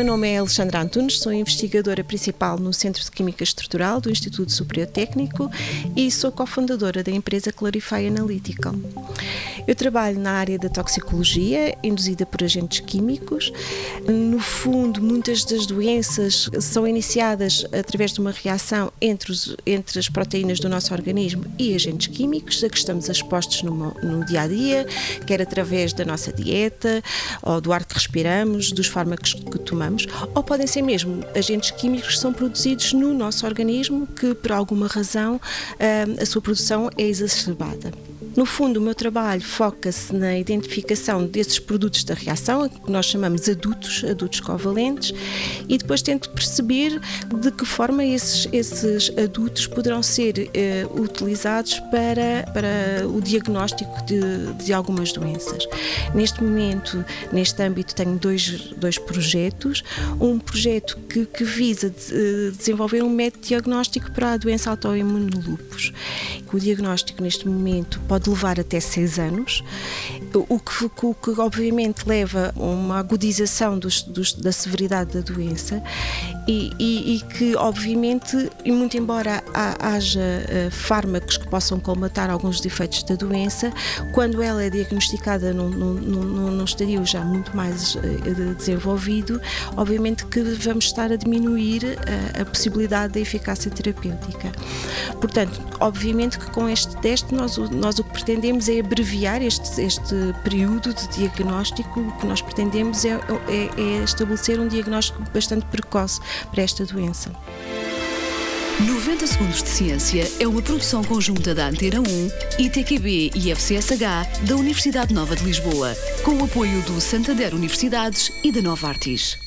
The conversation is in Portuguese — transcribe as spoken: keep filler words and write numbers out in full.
nome é Alexandra Antunes, sou investigadora principal no Centro de Química Estrutural do Instituto Superior Técnico e sou cofundadora da empresa Clarify Analytical. Eu trabalho na área da toxicologia, induzida por agentes químicos. No fundo, muitas das doenças são iniciadas através de uma reação entre, os, entre as proteínas do nosso organismo e agentes químicos, a que estamos expostos no, no dia-a-dia, quer através da nossa dieta, ou do ar que respiramos, dos fármacos que tomamos, ou podem ser mesmo agentes químicos que são produzidos no nosso organismo, que por alguma razão a sua produção é exacerbada. No fundo, o meu trabalho foca-se na identificação desses produtos da reação, que nós chamamos adutos, adutos covalentes, e depois tento perceber de que forma esses, esses adutos poderão ser eh, utilizados para, para o diagnóstico de, de algumas doenças. Neste momento, neste âmbito, tenho dois, dois projetos. Um projeto que, que visa de, desenvolver um método diagnóstico para a doença autoimune do lúpus. O diagnóstico, neste momento, pode levar até seis anos, o que, o que obviamente leva a uma agudização dos, dos, da severidade da doença e, e, e que obviamente, e muito embora haja uh, fármacos que possam colmatar alguns defeitos da doença, quando ela é diagnosticada num, num, num, num estadio já muito mais uh, desenvolvido, obviamente que vamos estar a diminuir uh, a possibilidade da eficácia terapêutica. Portanto, obviamente que com este teste nós, nós o que pretendemos é abreviar este, este período de diagnóstico. O que nós pretendemos é, é, é estabelecer um diagnóstico bastante precoce para esta doença. noventa Segundos de Ciência é uma produção conjunta da Antena um, I T Q B e F C S H da Universidade Nova de Lisboa, com o apoio do Santander Universidades e da Novartis.